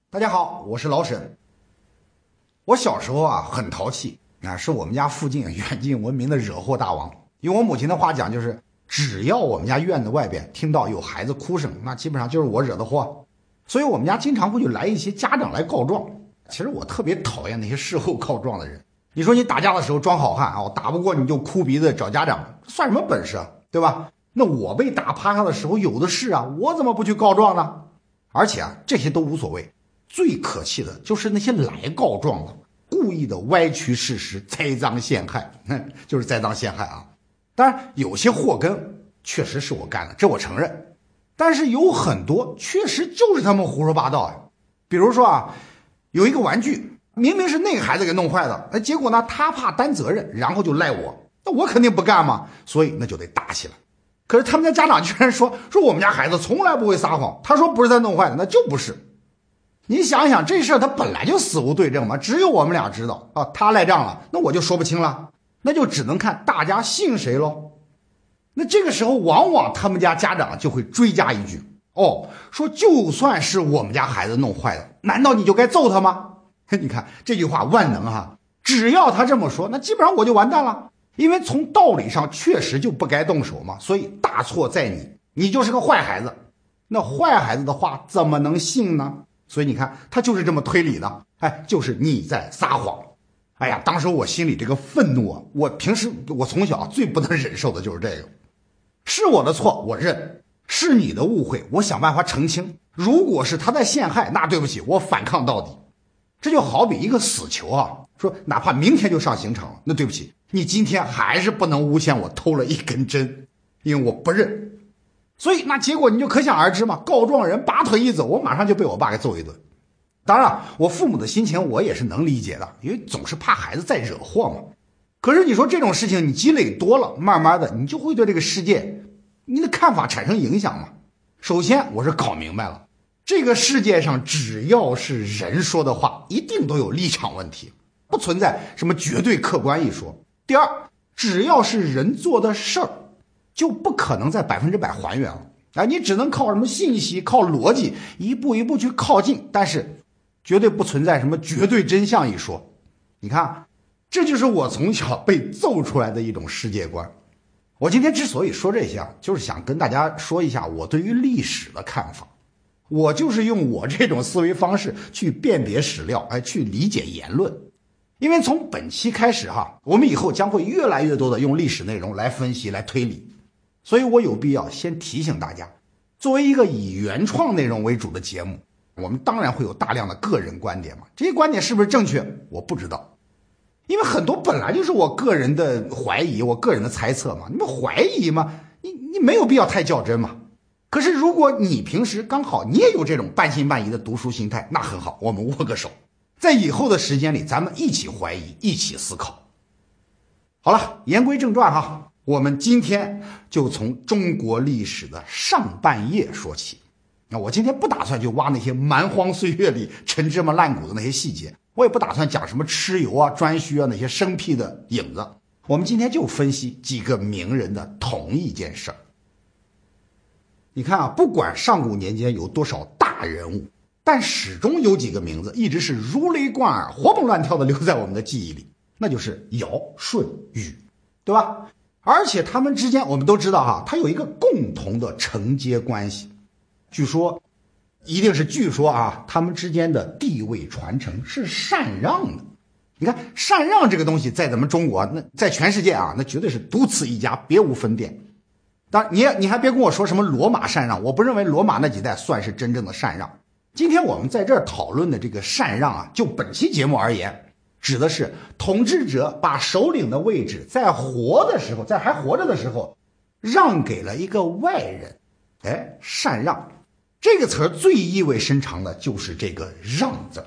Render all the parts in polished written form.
大家好，我是老沈。我小时候啊很淘气啊，是我们家附近远近闻名的惹祸大王。用我母亲的话讲，就是只要我们家院子外边听到有孩子哭声，那基本上就是我惹的祸。所以我们家经常会就来一些家长来告状。其实我特别讨厌那些事后告状的人。你说你打架的时候装好汉啊，打不过你就哭鼻子找家长，算什么本事啊，对吧？那我被打趴下的时候有的是啊，我怎么不去告状呢？而且啊，这些都无所谓。最可气的就是那些来告状的，故意的歪曲事实，栽赃陷害，就是栽赃陷害啊。当然，有些祸根确实是我干的，这我承认。但是有很多确实就是他们胡说八道啊。比如说啊，有一个玩具明明是那个孩子给弄坏的，结果呢他怕担责任，然后就赖我，那我肯定不干嘛，所以那就得打起来。可是他们家家长居然说我们家孩子从来不会撒谎，他说不是他弄坏的，那就不是。你想想这事儿他本来就死无对证嘛，只有我们俩知道啊，他赖账了，那我就说不清了，那就只能看大家信谁咯。那这个时候往往他们家家长就会追加一句，说就算是我们家孩子弄坏的，难道你就该揍他吗？你看这句话万能哈，只要他这么说，那基本上我就完蛋了，因为从道理上确实就不该动手嘛，所以大错在你，你就是个坏孩子。那坏孩子的话怎么能信呢？所以你看他就是这么推理的，就是你在撒谎。哎呀，当时我心里这个愤怒啊，我从小最不能忍受的就是这个。是我的错我认，是你的误会我想办法澄清，如果是他在陷害，那对不起，我反抗到底。这就好比一个死囚啊，说哪怕明天就上刑场了，那对不起，你今天还是不能诬陷我偷了一根针，因为我不认。所以那结果你就可想而知嘛，告状人拔腿一走，我马上就被我爸给揍一顿。当然我父母的心情我也是能理解的，因为总是怕孩子再惹祸嘛。可是你说这种事情你积累多了，慢慢的你就会对这个世界你的看法产生影响嘛。首先我是搞明白了，这个世界上只要是人说的话一定都有立场问题，不存在什么绝对客观一说。第二，只要是人做的事儿就不可能在100%还原了，你只能靠什么信息，靠逻辑一步一步去靠近，但是绝对不存在什么绝对真相一说。你看，这就是我从小被揍出来的一种世界观。我今天之所以说这些，就是想跟大家说一下我对于历史的看法。我就是用我这种思维方式去辨别史料，去理解言论。因为从本期开始我们以后将会越来越多的用历史内容来分析来推理，所以我有必要先提醒大家，作为一个以原创内容为主的节目，我们当然会有大量的个人观点嘛，这些观点是不是正确我不知道，因为很多本来就是我个人的怀疑，我个人的猜测嘛，你们怀疑嘛，你没有必要太较真嘛。可是如果你平时刚好你也有这种半信半疑的读书心态，那很好，我们握个手，在以后的时间里咱们一起怀疑，一起思考。好了，言归正传我们今天就从中国历史的上半叶说起。那我今天不打算去挖那些蛮荒岁月里陈芝麻烂谷的那些细节，我也不打算讲什么蚩尤啊颛顼啊那些生僻的影子，我们今天就分析几个名人的同一件事儿。你看不管上古年间有多少大人物，但始终有几个名字一直是如雷贯耳活蹦乱跳的留在我们的记忆里，那就是尧舜禹，对吧？而且他们之间我们都知道它有一个共同的承接关系，据说他们之间的地位传承是禅让的。你看禅让这个东西在咱们中国，那在全世界那绝对是独此一家，别无分店。当然你还别跟我说什么罗马禅让，我不认为罗马那几代算是真正的禅让。今天我们在这儿讨论的这个禅让就本期节目而言，指的是统治者把首领的位置在还活着的时候让给了一个外人。禅让这个词儿最意味深长的就是这个让字。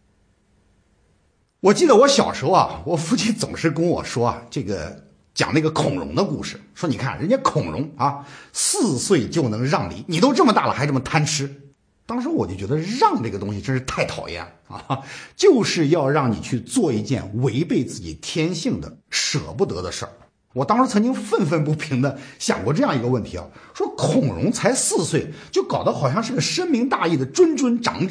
我记得我小时候我父亲总是跟我说讲那个孔融的故事，说你看人家孔融4岁就能让梨，你都这么大了还这么贪吃。当时我就觉得让这个东西真是太讨厌就是要让你去做一件违背自己天性的舍不得的事儿。我当时曾经愤愤不平的想过这样一个问题说孔融才4岁就搞得好像是个深明大义的谆谆长者，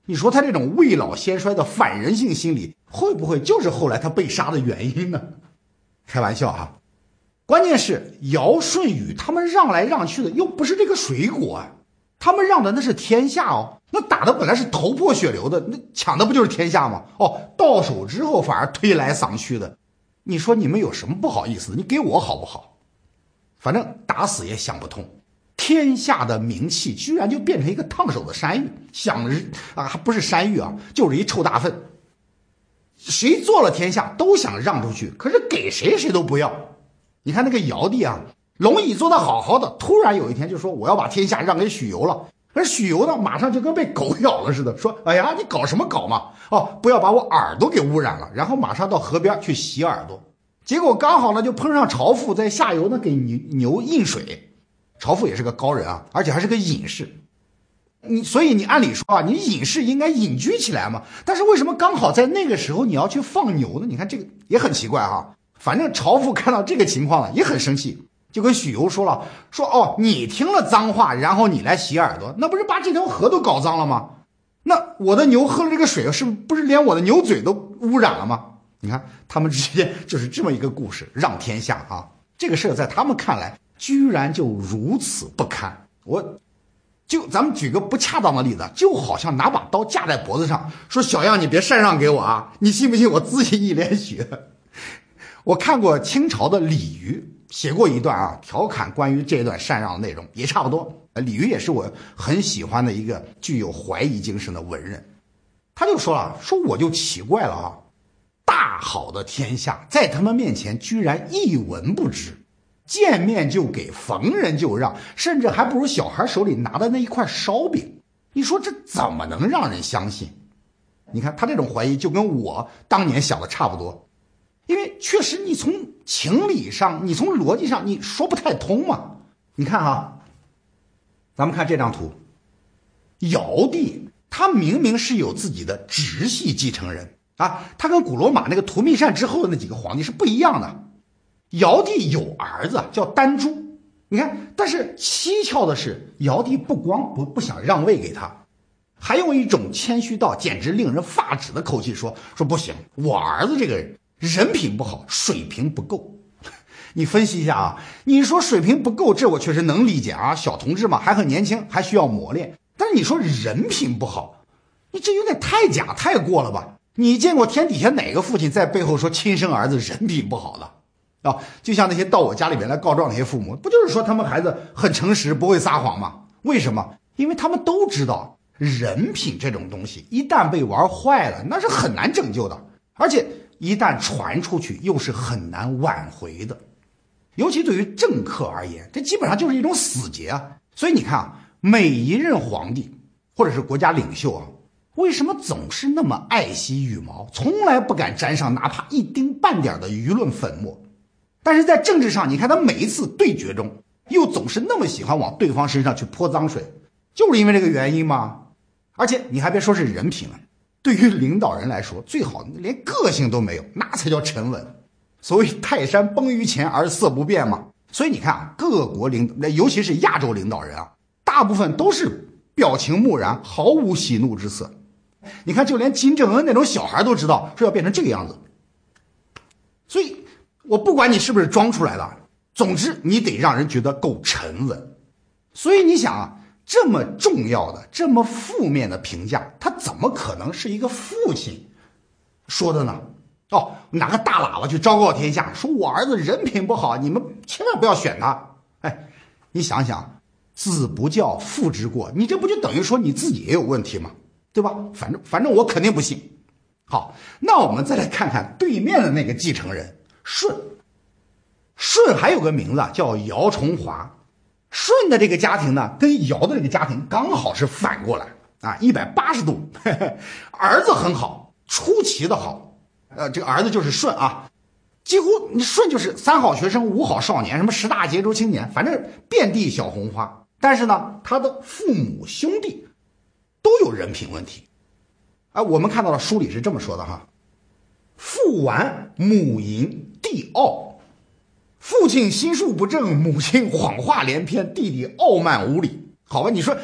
你说他这种未老先衰的反人性心理，会不会就是后来他被杀的原因呢？开玩笑哈，关键是尧舜禹他们让来让去的又不是这个水果啊，他们让的那是天下哦，那打的本来是头破血流的，那抢的不就是天下吗？哦，到手之后反而推来搡去的，你说你们有什么不好意思的？你给我好不好？反正打死也想不通，天下的名气居然就变成一个烫手的山芋，想着啊，还不是山芋啊，就是一臭大粪。谁做了天下都想让出去，可是给谁谁都不要。你看那个尧帝啊，龙椅做得好好的，突然有一天就说我要把天下让给许由了。而许由呢，马上就跟被狗咬了似的，说哎呀，你搞什么搞嘛？哦，不要把我耳朵给污染了。然后马上到河边去洗耳朵。结果刚好呢，就碰上朝父在下游呢给牛饮水。朝父也是个高人啊，而且还是个隐士。所以你按理说啊，你隐士应该隐居起来嘛，但是为什么刚好在那个时候你要去放牛呢？你看这个也很奇怪哈。反正朝父看到这个情况了，也很生气，就跟许由说了，说哦，你听了脏话，然后你来洗耳朵，那不是把这条河都搞脏了吗？那我的牛喝了这个水，是不是连我的牛嘴都污染了吗？你看他们之间就是这么一个故事，让天下啊，这个事在他们看来居然就如此不堪。咱们举个不恰当的例子，就好像拿把刀架在脖子上，说小样你别禅让给我啊，你信不信我自己一脸血？我看过清朝的李渔写过一段啊，调侃关于这段禅让的内容，也差不多。李渔也是我很喜欢的一个具有怀疑精神的文人，他就说了，说我就奇怪了啊，大好的天下在他们面前居然一文不值，见面就给，逢人就让，甚至还不如小孩手里拿的那一块烧饼。你说这怎么能让人相信？你看他这种怀疑就跟我当年想的差不多，因为确实你从情理上，你从逻辑上你说不太通嘛。你看哈，咱们看这张图，尧帝他明明是有自己的直系继承人啊，他跟古罗马那个图密善之后的那几个皇帝是不一样的。尧帝有儿子叫丹朱，你看，但是蹊跷的是，尧帝不光不想让位给他，还用一种谦虚到简直令人发指的口气说不行，我儿子这个人品不好，水平不够。你分析一下啊，你说水平不够，这我确实能理解啊，小同志嘛，还很年轻，还需要磨练。但是你说人品不好，你这有点太假太过了吧？你见过天底下哪个父亲在背后说亲生儿子人品不好的？就像那些到我家里面来告状那些父母，不就是说他们孩子很诚实，不会撒谎吗？为什么？因为他们都知道人品这种东西一旦被玩坏了，那是很难拯救的，而且一旦传出去又是很难挽回的。尤其对于政客而言，这基本上就是一种死结啊。所以你看啊，每一任皇帝或者是国家领袖啊，为什么总是那么爱惜羽毛，从来不敢沾上哪怕一丁半点的舆论粉末？但是在政治上，你看他每一次对决中，又总是那么喜欢往对方身上去泼脏水，就是因为这个原因吗？而且你还别说是人品了，对于领导人来说，最好连个性都没有，那才叫沉稳。所谓泰山崩于前而色不变嘛。所以你看啊，各国尤其是亚洲领导人啊，大部分都是表情木然，毫无喜怒之色。你看，就连金正恩那种小孩都知道说要变成这个样子。所以我不管你是不是装出来的，总之你得让人觉得够沉稳。所以你想啊，这么重要的这么负面的评价，他怎么可能是一个父亲说的呢？拿个大喇叭去昭告天下，说我儿子人品不好，你们千万不要选他。你想想，子不教父之过，你这不就等于说你自己也有问题吗？对吧？反正我肯定不信。好，那我们再来看看对面的那个继承人舜。舜还有个名字叫姚崇华。舜的这个家庭呢，跟尧的这个家庭刚好是反过来啊，180度。儿子很好，出奇的好。这个儿子就是舜啊，几乎舜就是3好学生、5好少年，什么10大杰出青年，反正遍地小红花。但是呢，他的父母兄弟都有人品问题。我们看到了书里是这么说的哈：父顽，母淫，弟傲。父亲心术不正，母亲谎话连篇，弟弟傲慢无礼。好吧，你说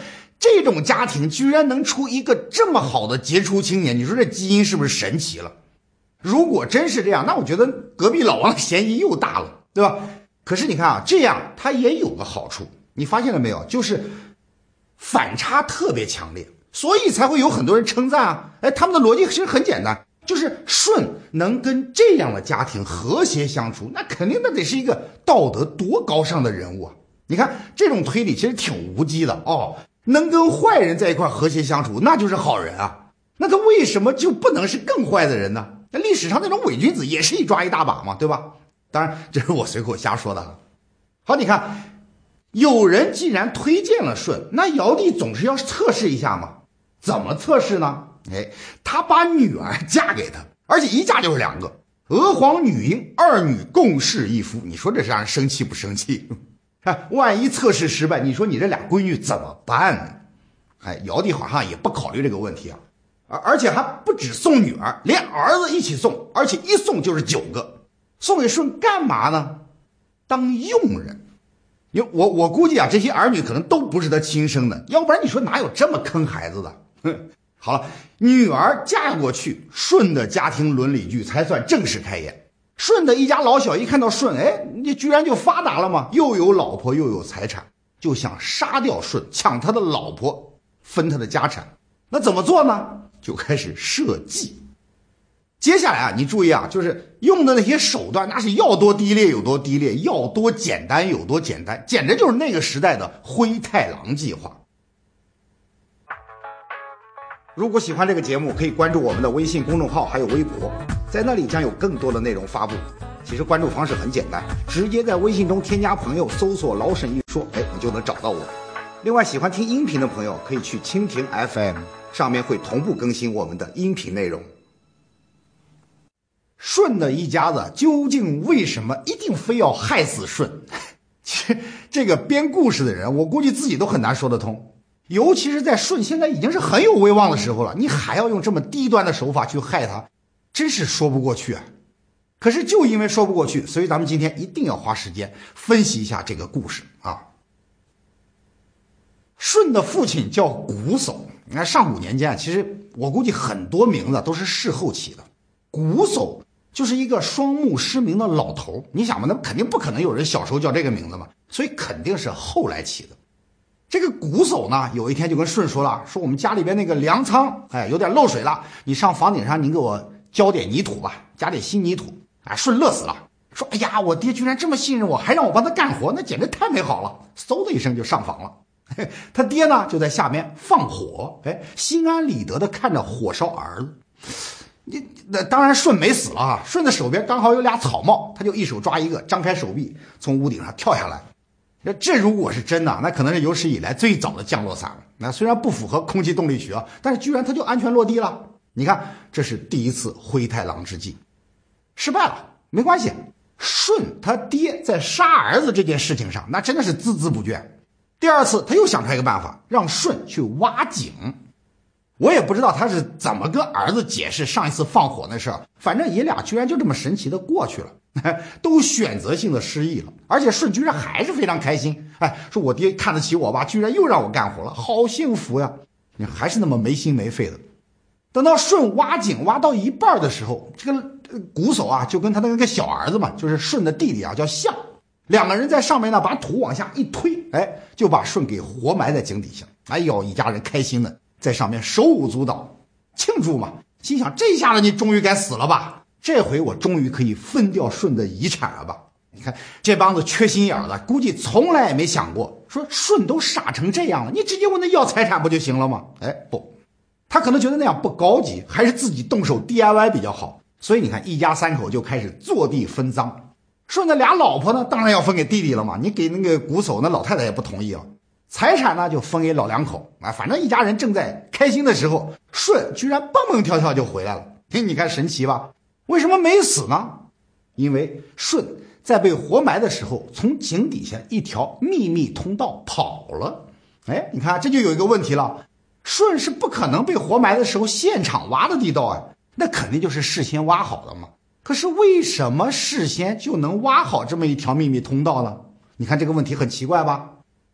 这种家庭居然能出一个这么好的杰出青年，你说这基因是不是神奇了？如果真是这样，那我觉得隔壁老王的嫌疑又大了，对吧？可是你看啊，这样它也有个好处，你发现了没有？就是反差特别强烈，所以才会有很多人称赞啊。他们的逻辑其实很简单，就是舜能跟这样的家庭和谐相处，那肯定那得是一个道德多高尚的人物啊。你看这种推理其实挺无稽的哦，能跟坏人在一块和谐相处，那就是好人啊。那他为什么就不能是更坏的人呢？那历史上那种伪君子也是一抓一大把嘛，对吧？当然这是我随口瞎说的。好，你看有人既然推荐了舜，那尧帝总是要测试一下嘛。怎么测试呢？他把女儿嫁给他，而且一嫁就是2个，娥皇女英，2女共侍一夫。你说这是让人生气不生气？万一测试失败，你说你这俩闺女怎么办呢？尧帝好像也不考虑这个问题啊，而且还不止送女儿，连儿子一起送，而且一送就是9个。送给舜干嘛呢？当佣人。因为我估计啊，这些儿女可能都不是他亲生的，要不然你说哪有这么坑孩子的？好了，女儿嫁过去，舜的家庭伦理剧才算正式开演。舜的一家老小一看到舜，你居然就发达了嘛，又有老婆又有财产，就想杀掉舜，抢他的老婆，分他的家产。那怎么做呢？就开始设计。接下来啊，你注意啊，就是用的那些手段，那是要多低劣有多低劣，要多简单有多简单，简直就是那个时代的灰太狼计划。如果喜欢这个节目，可以关注我们的微信公众号还有微博，在那里将有更多的内容发布。其实关注方式很简单，直接在微信中添加朋友，搜索老沈一说，你就能找到我。另外喜欢听音频的朋友可以去蜻蜓 FM， 上面会同步更新我们的音频内容。舜的一家子究竟为什么一定非要害死舜？其实这个编故事的人，我估计自己都很难说得通。尤其是在舜现在已经是很有威望的时候了，你还要用这么低端的手法去害他，真是说不过去啊。可是就因为说不过去，所以咱们今天一定要花时间分析一下这个故事啊。舜的父亲叫瞽叟，你看上古年间其实我估计很多名字都是事后起的。瞽叟就是一个双目失明的老头，你想嘛，那肯定不可能有人小时候叫这个名字嘛，所以肯定是后来起的。这个瞽叟呢，有一天就跟舜说了，说我们家里边那个粮仓有点漏水了，你上房顶上你给我浇点泥土吧，加点新泥土。舜乐死了，说哎呀，我爹居然这么信任我，还让我帮他干活，那简直太美好了。嗖的一声就上房了。他爹呢就在下面放火，心安理得的看着火烧儿子。那当然舜没死了啊，舜的手边刚好有俩草帽，他就一手抓一个，张开手臂从屋顶上跳下来。这如果是真的，那可能是有史以来最早的降落伞了。那虽然不符合空气动力学，但是居然他就安全落地了。你看，这是第一次灰太狼之计，失败了没关系。舜他爹在杀儿子这件事情上，那真的是孜孜不倦。第二次他又想出来一个办法，让舜去挖井。我也不知道他是怎么跟儿子解释上一次放火那事儿，反正爷俩居然就这么神奇的过去了，都选择性的失忆了。而且舜居然还是非常开心，说我爹看得起我吧，居然又让我干活了，好幸福呀！你还是那么没心没肺的。等到舜挖井挖到一半的时候，这个瞽叟啊就跟他那个小儿子嘛，就是舜的弟弟啊，叫象，两个人在上面呢把土往下一推，就把舜给活埋在井底下。哎呦，一家人开心的在上面手舞足蹈庆祝嘛，心想这下子你终于该死了吧，这回我终于可以分掉舜的遗产了吧。你看这帮子缺心眼的，估计从来也没想过，说舜都傻成这样了，你直接问他要财产不就行了吗？不，他可能觉得那样不高级，还是自己动手 DIY 比较好。所以你看一家三口就开始坐地分赃。舜的俩老婆呢，当然要分给弟弟了嘛，你给那个瞽叟，那老太太也不同意了。财产呢就分给老两口，反正一家人正在开心的时候，舜居然蹦蹦跳跳就回来了。你看神奇吧？为什么没死呢？因为舜在被活埋的时候，从井底下一条秘密通道跑了。你看这就有一个问题了，舜是不可能被活埋的时候现场挖的地道那肯定就是事先挖好的嘛。可是为什么事先就能挖好这么一条秘密通道呢？你看这个问题很奇怪吧？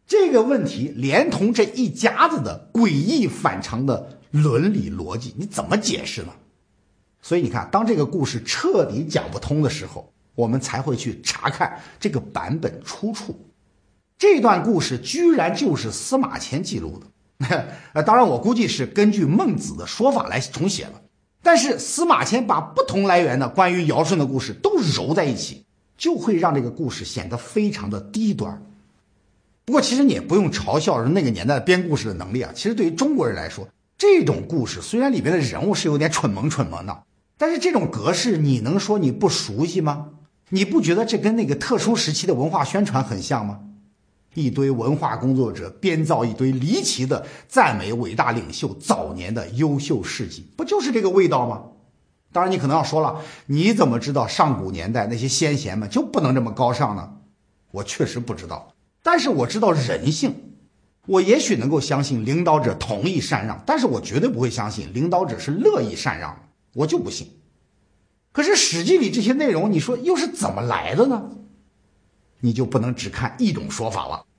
这个问题连同这一家子的诡异反常的伦理逻辑，你怎么解释呢？所以你看，当这个故事彻底讲不通的时候，我们才会去查看这个版本出处。这段故事居然就是司马迁记录的，当然我估计是根据孟子的说法来重写的。但是司马迁把不同来源的关于尧舜的故事都揉在一起，就会让这个故事显得非常的低端。不过其实你也不用嘲笑那个年代的编故事的能力啊，其实对于中国人来说，这种故事虽然里边的人物是有点蠢萌的，但是这种格式你能说你不熟悉吗？你不觉得这跟那个特殊时期的文化宣传很像吗？一堆文化工作者编造一堆离奇的赞美伟大领袖早年的优秀事迹，不就是这个味道吗？当然你可能要说了，你怎么知道上古年代那些先贤们就不能这么高尚呢？我确实不知道，但是我知道人性。我也许能够相信领导者同意禅让，但是我绝对不会相信领导者是乐意禅让的，我就不信。可是史记里这些内容，你说又是怎么来的呢？你就不能只看一种说法了。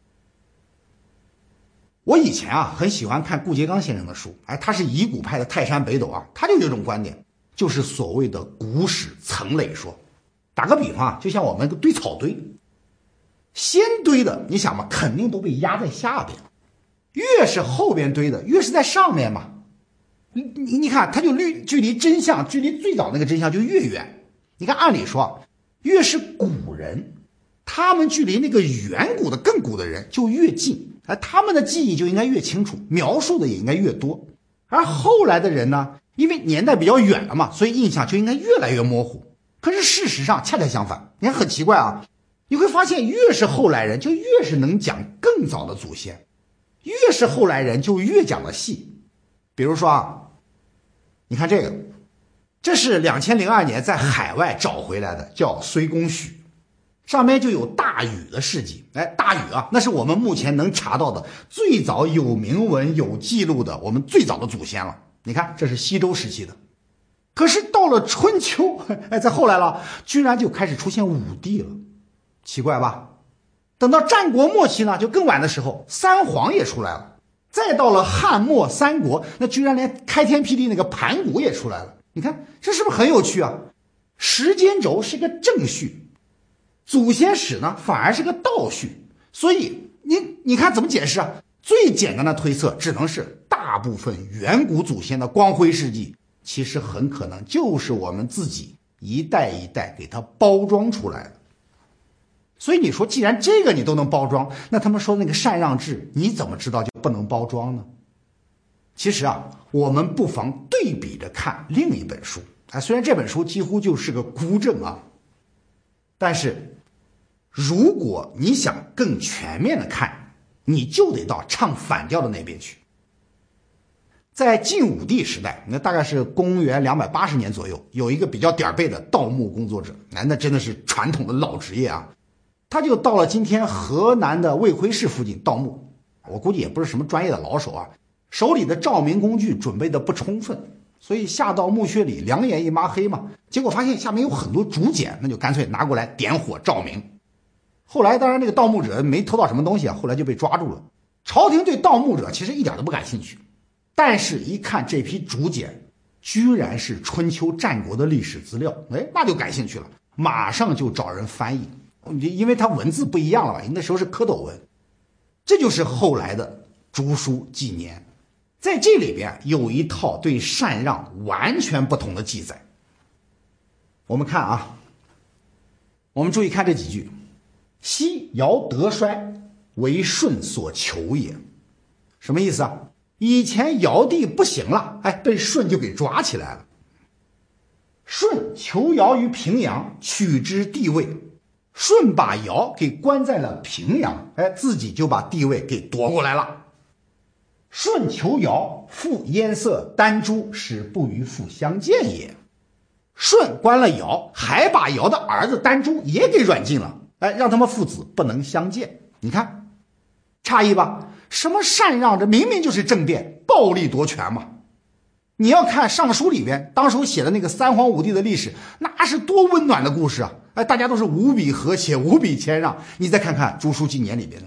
我以前很喜欢看顾颉刚先生的书，他是夷古派的泰山北斗他就有一种观点，就是所谓的古史层累说。打个比方就像我们堆草堆，先堆的你想嘛，肯定都被压在下边，越是后边堆的越是在上面嘛。你看它就距离真相，距离最早那个真相就越远。你看按理说越是古人，他们距离那个远古的更古的人就越近，他们的记忆就应该越清楚，描述的也应该越多。而后来的人呢，因为年代比较远了嘛，所以印象就应该越来越模糊。可是事实上恰恰相反，你看很奇怪你会发现越是后来人就越是能讲更早的祖先，越是后来人就越讲的细。比如说你看这个，这是2002年在海外找回来的，叫绥公许，上面就有大禹的事迹。大禹那是我们目前能查到的最早有铭文有记录的我们最早的祖先了。你看这是西周时期的，可是到了春秋再后来了，居然就开始出现武帝了，奇怪吧？等到战国末期呢，就更晚的时候，三皇也出来了。再到了汉末三国，那居然连开天辟地那个盘古也出来了。你看这是不是很有趣时间轴是个正序，祖先史呢反而是个倒序。所以你看怎么解释最简单的推测只能是大部分远古祖先的光辉事迹其实很可能就是我们自己一代一代给它包装出来的。所以你说既然这个你都能包装，那他们说那个禅让制你怎么知道就不能包装呢？其实我们不妨对比着看另一本书。虽然这本书几乎就是个孤证但是如果你想更全面的看，你就得到唱反调的那边去。在晋武帝时代，那大概是公元280年左右，有一个比较点儿背的盗墓工作者，那真的是传统的老职业他就到了今天河南的卫辉市附近盗墓。我估计也不是什么专业的老手手里的照明工具准备的不充分，所以下到墓穴里两眼一抹黑嘛，结果发现下面有很多竹简，那就干脆拿过来点火照明。后来当然那个盗墓者没偷到什么东西后来就被抓住了。朝廷对盗墓者其实一点都不感兴趣，但是一看这批竹简居然是春秋战国的历史资料，那就感兴趣了，马上就找人翻译，因为它文字不一样了吧，那时候是蝌蚪文。这就是后来的竹书纪年，在这里边有一套对禅让完全不同的记载。我们看我们注意看这几句：昔尧德衰，为舜所求也。什么意思以前尧帝不行了，被舜就给抓起来了。舜求尧于平阳，取之帝位。舜把尧给关在了平阳，自己就把帝位给夺过来了。舜求尧，复焉色丹朱，使不与父相见也。舜关了尧，还把尧的儿子丹朱也给软禁了，让他们父子不能相见。你看诧异吧？什么禅让，这明明就是政变，暴力夺权嘛。你要看尚书里边当时写的那个三皇五帝的历史，那是多温暖的故事大家都是无比和谐无比谦让。你再看看竹书纪年里边的，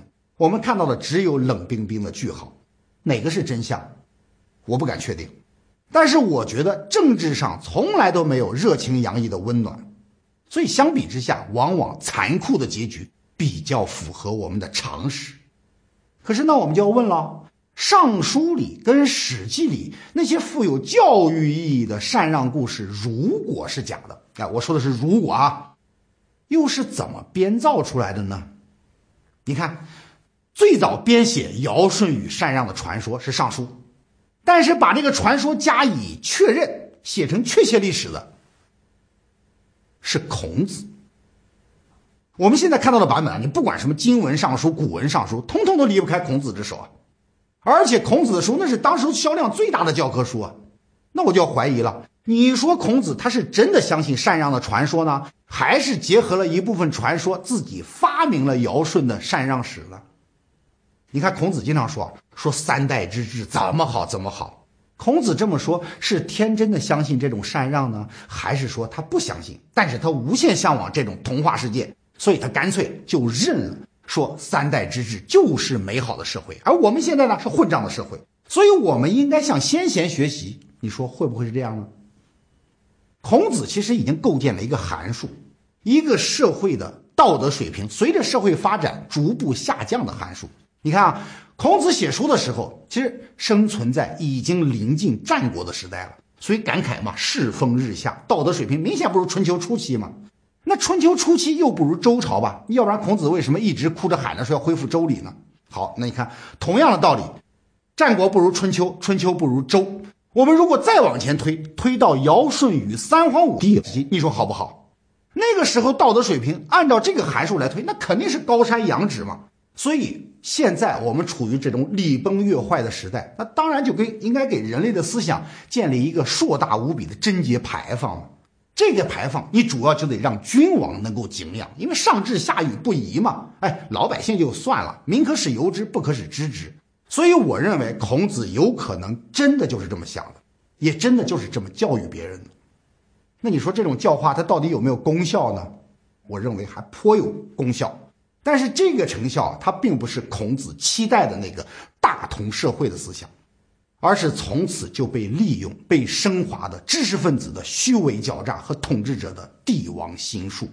我们看到的只有冷冰冰的句号。哪个是真相？我不敢确定。但是我觉得政治上从来都没有热情洋溢的温暖，所以相比之下，往往残酷的结局比较符合我们的常识。可是呢，我们就要问了，尚书里跟史记里那些富有教育意义的禅让故事，如果是假的，我说的是如果啊，又是怎么编造出来的呢？你看，最早编写尧舜禹禅让的传说是尚书，但是把这个传说加以确认，写成确切历史的是孔子。我们现在看到的版本，你不管什么今文尚书、古文尚书，通通都离不开孔子之手啊。而且孔子的书那是当时销量最大的教科书啊。那我就要怀疑了，你说孔子他是真的相信禅让的传说呢，还是结合了一部分传说自己发明了尧舜的禅让史呢？你看孔子经常说三代之治怎么好怎么好。孔子这么说是天真的相信这种禅让呢，还是说他不相信，但是他无限向往这种童话世界，所以他干脆就认了，说三代之治就是美好的社会，而我们现在呢是混账的社会，所以我们应该向先贤学习。你说会不会是这样呢？孔子其实已经构建了一个函数，一个社会的道德水平随着社会发展逐步下降的函数。你看啊，孔子写书的时候其实生存在已经临近战国的时代了，所以感慨嘛，世风日下，道德水平明显不如春秋初期嘛。那春秋初期又不如周朝吧，要不然孔子为什么一直哭着喊着说要恢复周礼呢？好，那你看同样的道理，战国不如春秋，春秋不如周，我们如果再往前推到尧舜禹三皇五帝，你说好不好？那个时候道德水平按照这个函数来推，那肯定是高山仰止嘛。所以现在我们处于这种礼崩乐坏的时代，那当然就应该给人类的思想建立一个硕大无比的贞节牌坊嘛。这个牌坊你主要就得让君王能够敬仰，因为上至下与不移嘛。老百姓就算了，民可使由之，不可使知之。所以我认为孔子有可能真的就是这么想的，也真的就是这么教育别人的。那你说这种教化它到底有没有功效呢？我认为还颇有功效，但是这个成效它并不是孔子期待的那个大同社会的思想，而是从此就被利用、被升华的知识分子的虚伪狡诈和统治者的帝王心术。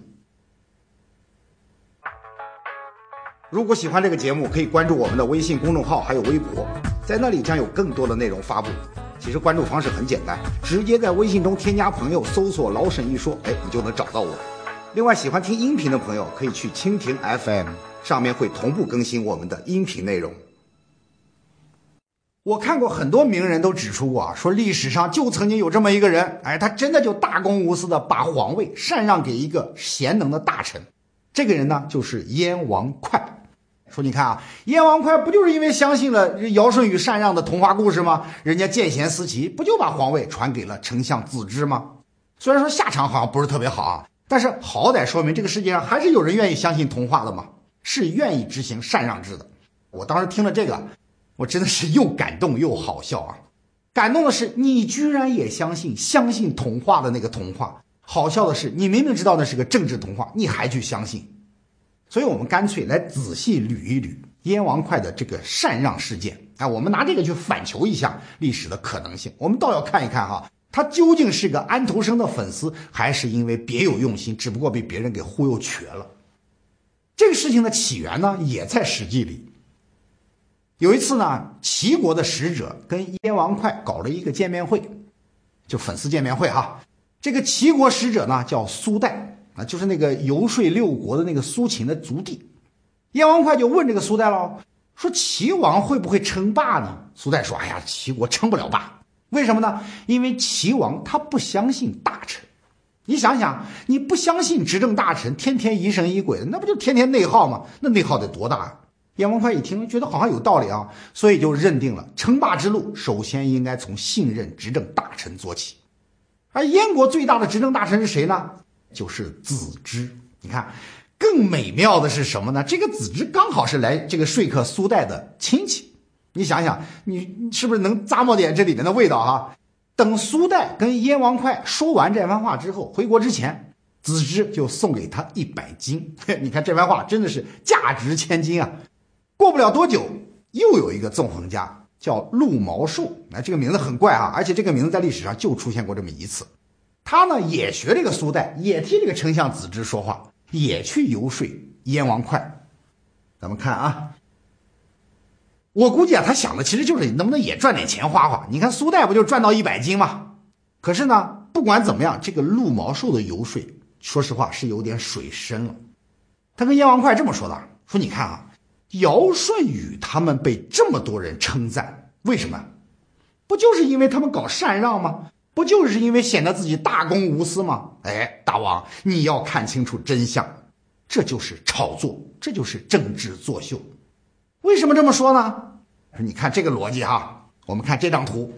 如果喜欢这个节目，可以关注我们的微信公众号还有微博，在那里将有更多的内容发布。其实关注方式很简单，直接在微信中添加朋友，搜索老沈一说，你就能找到我。另外喜欢听音频的朋友可以去蜻蜓 FM， 上面会同步更新我们的音频内容。我看过很多名人都指出过说历史上就曾经有这么一个人，他真的就大公无私的把皇位禅让给一个贤能的大臣。这个人呢就是燕王哙。说你看啊，燕王哙不就是因为相信了尧舜禹禅让的童话故事吗？人家见贤思齐，不就把皇位传给了丞相子之吗？虽然说下场好像不是特别好啊，但是好歹说明这个世界上还是有人愿意相信童话的嘛，是愿意执行禅让制的。我当时听了这个，我真的是又感动又好笑啊！感动的是你居然也相信童话的那个童话，好笑的是你明明知道那是个政治童话，你还去相信。所以我们干脆来仔细捋一捋燕王哙的这个禅让事件，我们拿这个去反求一下历史的可能性。我们倒要看一看哈，他究竟是个安徒生的粉丝，还是因为别有用心，只不过被别人给忽悠瘸了。这个事情的起源呢，也在史记里。有一次呢，齐国的使者跟燕王哙搞了一个见面会，就粉丝见面会哈。这个齐国使者呢叫苏代，就是那个游说六国的那个苏秦的族弟。燕王哙就问这个苏代了，说齐王会不会称霸呢？苏代说，齐国称不了霸。为什么呢？因为齐王他不相信大臣。你想想，你不相信执政大臣，天天疑神疑鬼的，那不就天天内耗吗？那内耗得多大啊？燕王哙一听觉得好像有道理啊，所以就认定了称霸之路首先应该从信任执政大臣做起。而燕国最大的执政大臣是谁呢？就是子之。你看更美妙的是什么呢？这个子之刚好是来这个说客苏代的亲戚。你想想，你是不是能咂摸点这里面的味道啊？等苏代跟燕王哙说完这番话之后，回国之前，子之就送给他100金。你看这番话真的是价值千金啊！ 过不了多久，又有一个纵横家叫陆毛寿，这个名字很怪啊，而且这个名字在历史上就出现过这么一次。他呢也学这个苏代，也替这个丞相子之说话，也去游说燕王哙。咱们看啊，我估计他想的其实就是能不能也赚点钱花花。你看苏代不就赚到100斤吗？可是呢，不管怎么样，这个陆毛寿的游说，说实话是有点水深了。他跟燕王哙这么说的，说你看啊，尧舜禹他们被这么多人称赞，为什么？不就是因为他们搞禅让吗？不就是因为显得自己大公无私吗？大王，你要看清楚真相，这就是炒作，这就是政治作秀。为什么这么说呢？你看这个逻辑哈，我们看这张图，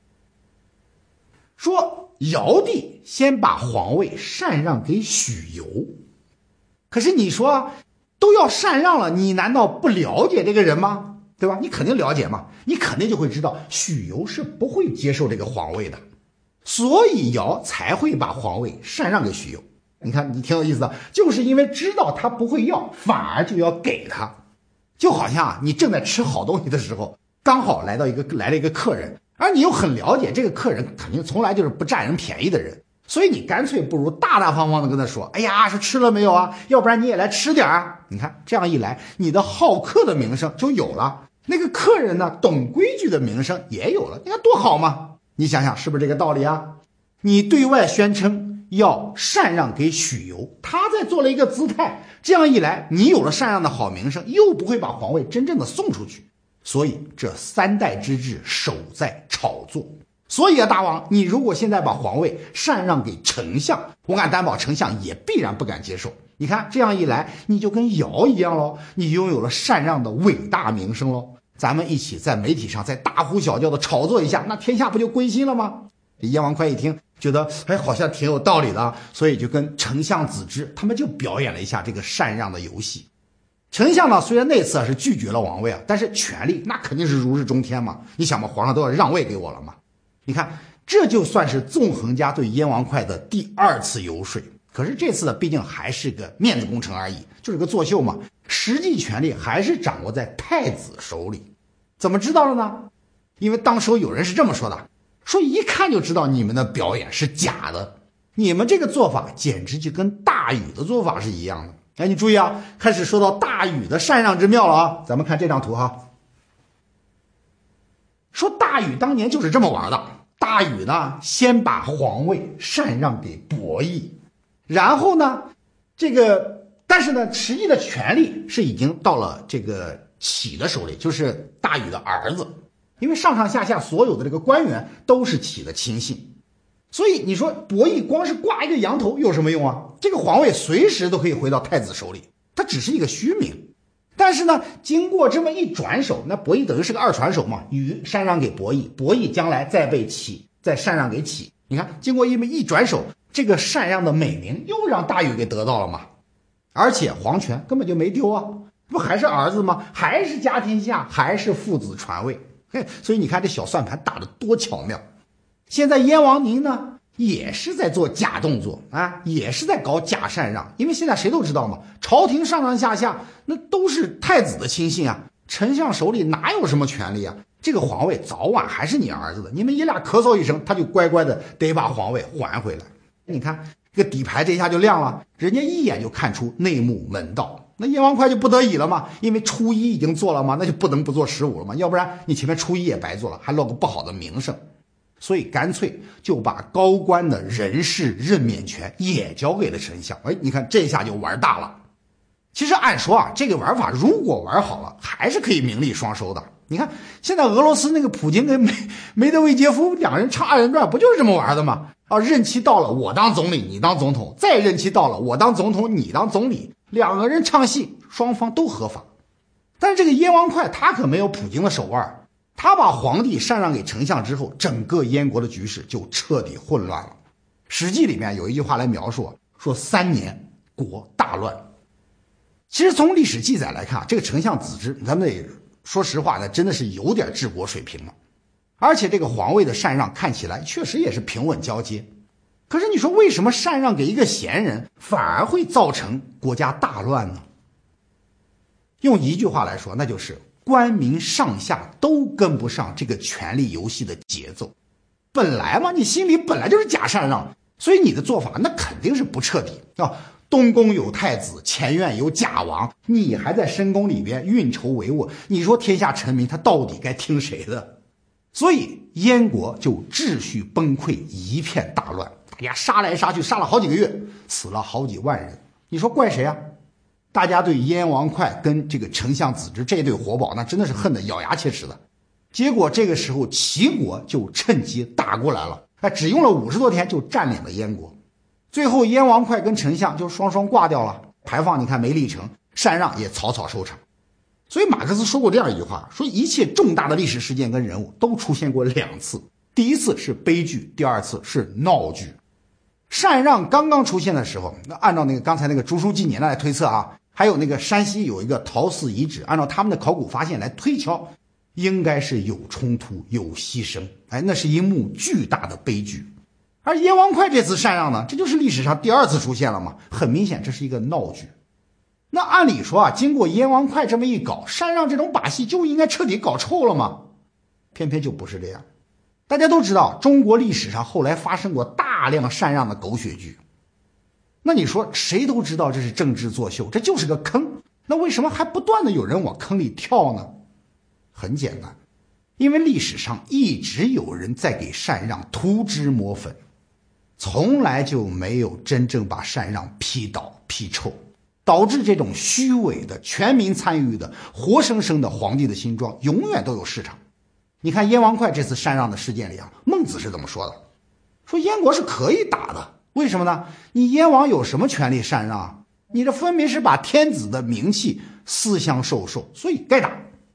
说尧帝先把皇位禅让给许由，可是你说都要禅让了，你难道不了解这个人吗？对吧？你肯定了解嘛，你肯定就会知道许由是不会接受这个皇位的，所以尧才会把皇位禅让给许由。你看你挺有意思的，就是因为知道他不会要，反而就要给他。就好像你正在吃好东西的时候，刚好来了一个客人，而你又很了解这个客人肯定从来就是不占人便宜的人，所以你干脆不如大大方方的跟他说，哎呀，是吃了没有啊？要不然你也来吃点啊。你看这样一来，你的好客的名声就有了，那个客人呢，懂规矩的名声也有了，你看多好吗？你想想是不是这个道理啊？你对外宣称要禅让给许由，他在做了一个姿态，这样一来，你有了禅让的好名声，又不会把皇位真正的送出去，所以这3代之治守在炒作。所以啊，大王，你如果现在把皇位禅让给丞相，我敢担保丞相也必然不敢接受。你看这样一来，你就跟尧一样咯，你拥有了禅让的伟大名声咯。咱们一起在媒体上再大呼小叫的炒作一下，那天下不就归心了吗？燕王哙一听觉得好像挺有道理的，所以就跟丞相子之他们就表演了一下这个禅让的游戏。丞相呢，虽然那次是拒绝了王位啊，但是权力那肯定是如日中天嘛。你想嘛，皇上都要让位给我了嘛。你看，这就算是纵横家对燕王哙的第2次游说。可是这次呢，毕竟还是个面子工程而已，就是个作秀嘛，实际权力还是掌握在太子手里。怎么知道了呢？因为当时有人是这么说的，说一看就知道你们的表演是假的，你们这个做法简直就跟大禹的做法是一样的。你注意啊，开始说到大禹的禅让之妙了啊！咱们看这张图哈，说大禹当年就是这么玩的。大禹呢，先把皇位禅让给伯益，然后呢，但是呢，实际的权力是已经到了这个启的手里，就是大禹的儿子。因为上上下下所有的这个官员都是启的亲信，所以你说伯益光是挂一个羊头有什么用啊？这个皇位随时都可以回到太子手里，他只是一个虚名。但是呢，经过这么一转手，那伯益等于是个2传手嘛，禹禅让给伯益，伯益将来再被启再禅让给启。你看，经过一转手，这个禅让的美名又让大禹给得到了嘛。而且皇权根本就没丢啊，不还是儿子吗？还是家天下，还是父子传位。所以你看这小算盘打得多巧妙。现在燕王您呢也是在做假动作啊，也是在搞假禅让。因为现在谁都知道嘛，朝廷上上下下那都是太子的亲信啊，丞相手里哪有什么权利啊？这个皇位早晚还是你儿子的，你们爷俩咳嗽一声，他就乖乖的得把皇位还回来。你看这个底牌这一下就亮了，人家一眼就看出内幕门道。那燕王哙就不得已了嘛，因为初一已经做了嘛，那就不能不做15了嘛，要不然你前面初一也白做了，还落个不好的名声。所以干脆就把高官的人事任免权也交给了丞相。你看这下就玩大了。其实按说啊，这个玩法如果玩好了，还是可以名利双收的。你看现在俄罗斯那个普京跟梅德韦杰夫两人唱2人转，不就是这么玩的吗？任期到了我当总理你当总统，再任期到了我当总统你当总理，两个人唱戏，双方都合法。但是这个燕王哙他可没有普京的手腕，他把皇帝禅让给丞相之后，整个燕国的局势就彻底混乱了。史记里面有一句话来描述，说3年国大乱。其实从历史记载来看，这个丞相子之咱们得说实话呢，真的是有点治国水平了。而且这个皇位的禅让看起来确实也是平稳交接。可是你说为什么禅让给一个贤人反而会造成国家大乱呢？ 用一句话来说，那就是官民上下都跟不上这个权力游戏的节奏。本来嘛，你心里本来就是假禅让，所以你的做法那肯定是不彻底啊。东宫有太子，前院有假王，你还在深宫里边运筹帷幄，你说天下臣民他到底该听谁的？所以燕国就秩序崩溃，一片大乱，大家杀来杀去，杀了好几个月，死了好几万人。你说怪谁啊？大家对燕王哙跟这个丞相子之这对活宝，那真的是恨得咬牙切齿的。结果这个时候齐国就趁机打过来了，只用了50多天就占领了燕国。最后燕王哙跟丞相就双双挂掉了，牌坊你看没立成，禅让也草草收场。所以马克思说过这样一句话，说一切重大的历史事件跟人物都出现过2次，第一次是悲剧，第二次是闹剧。禅让刚刚出现的时候，那按照那个刚才那个竹书纪年来推测啊，还有那个山西有一个陶寺遗址，按照他们的考古发现来推敲，应该是有冲突有牺牲，那是一幕巨大的悲剧。而燕王哙这次禅让呢，这就是历史上第2次出现了嘛，很明显这是一个闹剧。那按理说啊，经过燕王哙这么一搞，禅让这种把戏就应该彻底搞臭了嘛，偏偏就不是这样。大家都知道中国历史上后来发生过大量禅让的狗血剧，那你说谁都知道这是政治作秀，这就是个坑，那为什么还不断的有人往坑里跳呢？很简单，因为历史上一直有人在给禅让涂脂抹粉，从来就没有真正把禅让批倒批臭，导致这种虚伪的全民参与的活生生的皇帝的新装永远都有市场。你看燕王哙这次禅让的事件里啊，孟子是怎么说的？说燕国是可以打的，为什么呢？你燕王有什么权利禅让？你这分明是把天子的名气私相授受，所以该打。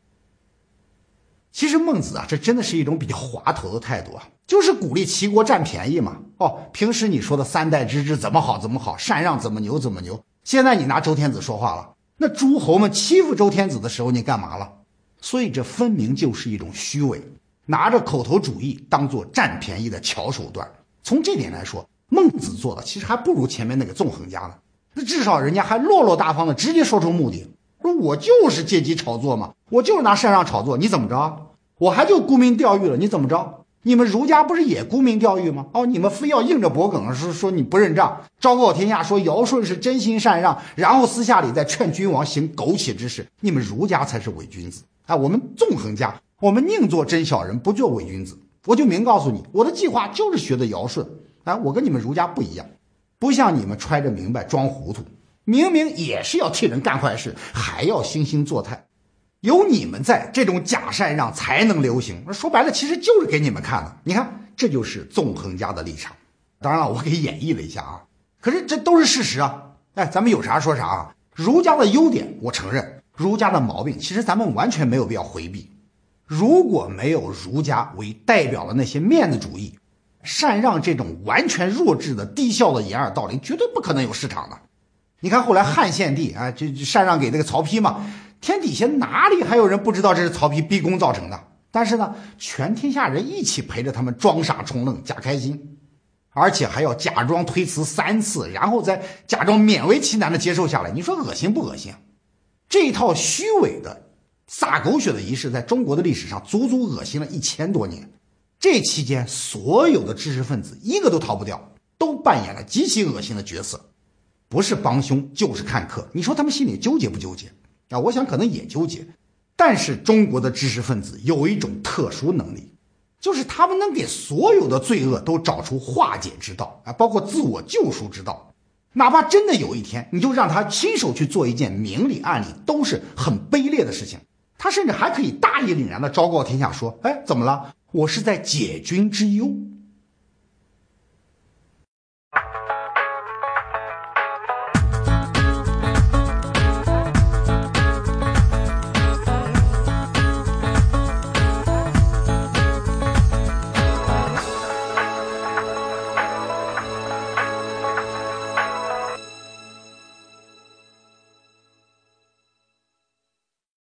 其实孟子啊，这真的是一种比较滑头的态度啊，就是鼓励齐国占便宜嘛。平时你说的3代之治怎么好怎么好，禅让怎么牛怎么牛，现在你拿周天子说话了，那诸侯们欺负周天子的时候你干嘛了？所以这分明就是一种虚伪，拿着口头主义当做占便宜的巧手段。从这点来说，孟子做的其实还不如前面那个纵横家呢。那至少人家还落落大方的直接说出目的，说我就是借机炒作嘛，我就是拿禅让炒作，你怎么着？我还就沽名钓誉了，你怎么着？你们儒家不是也沽名钓誉吗？你们非要硬着脖梗说你不认账，昭告天下说尧舜是真心禅让，然后私下里再劝君王行苟且之事，你们儒家才是伪君子。我们纵横家，我们宁做真小人，不做伪君子。我就明告诉你，我的计划就是学的尧舜，我跟你们儒家不一样，不像你们揣着明白装糊涂，明明也是要替人干坏事，还要惺惺作态。有你们在，这种假禅让才能流行。说白了，其实就是给你们看的。你看，这就是纵横家的立场。当然了，我给演绎了一下啊，可是这都是事实啊。咱们有啥说啥啊。儒家的优点我承认，儒家的毛病其实咱们完全没有必要回避。如果没有儒家为代表的那些面子主义，禅让这种完全弱智的低效的掩耳盗铃绝对不可能有市场的。你看后来汉献帝这禅让给那个曹丕嘛，天底下哪里还有人不知道这是曹丕逼宫造成的？但是呢，全天下人一起陪着他们装傻充愣假开心，而且还要假装推辞3次，然后再假装勉为其难的接受下来。你说恶心不恶心？这一套虚伪的撒狗血的仪式在中国的历史上足足恶心了1000多年。这期间所有的知识分子一个都逃不掉，都扮演了极其恶心的角色，不是帮凶就是看客。你说他们心里纠结不纠结？我想可能也纠结。但是中国的知识分子有一种特殊能力，就是他们能给所有的罪恶都找出化解之道包括自我救赎之道。哪怕真的有一天你就让他亲手去做一件明里暗里都是很卑劣的事情，他甚至还可以大义凛然的昭告天下说，怎么了？我是在解君之忧。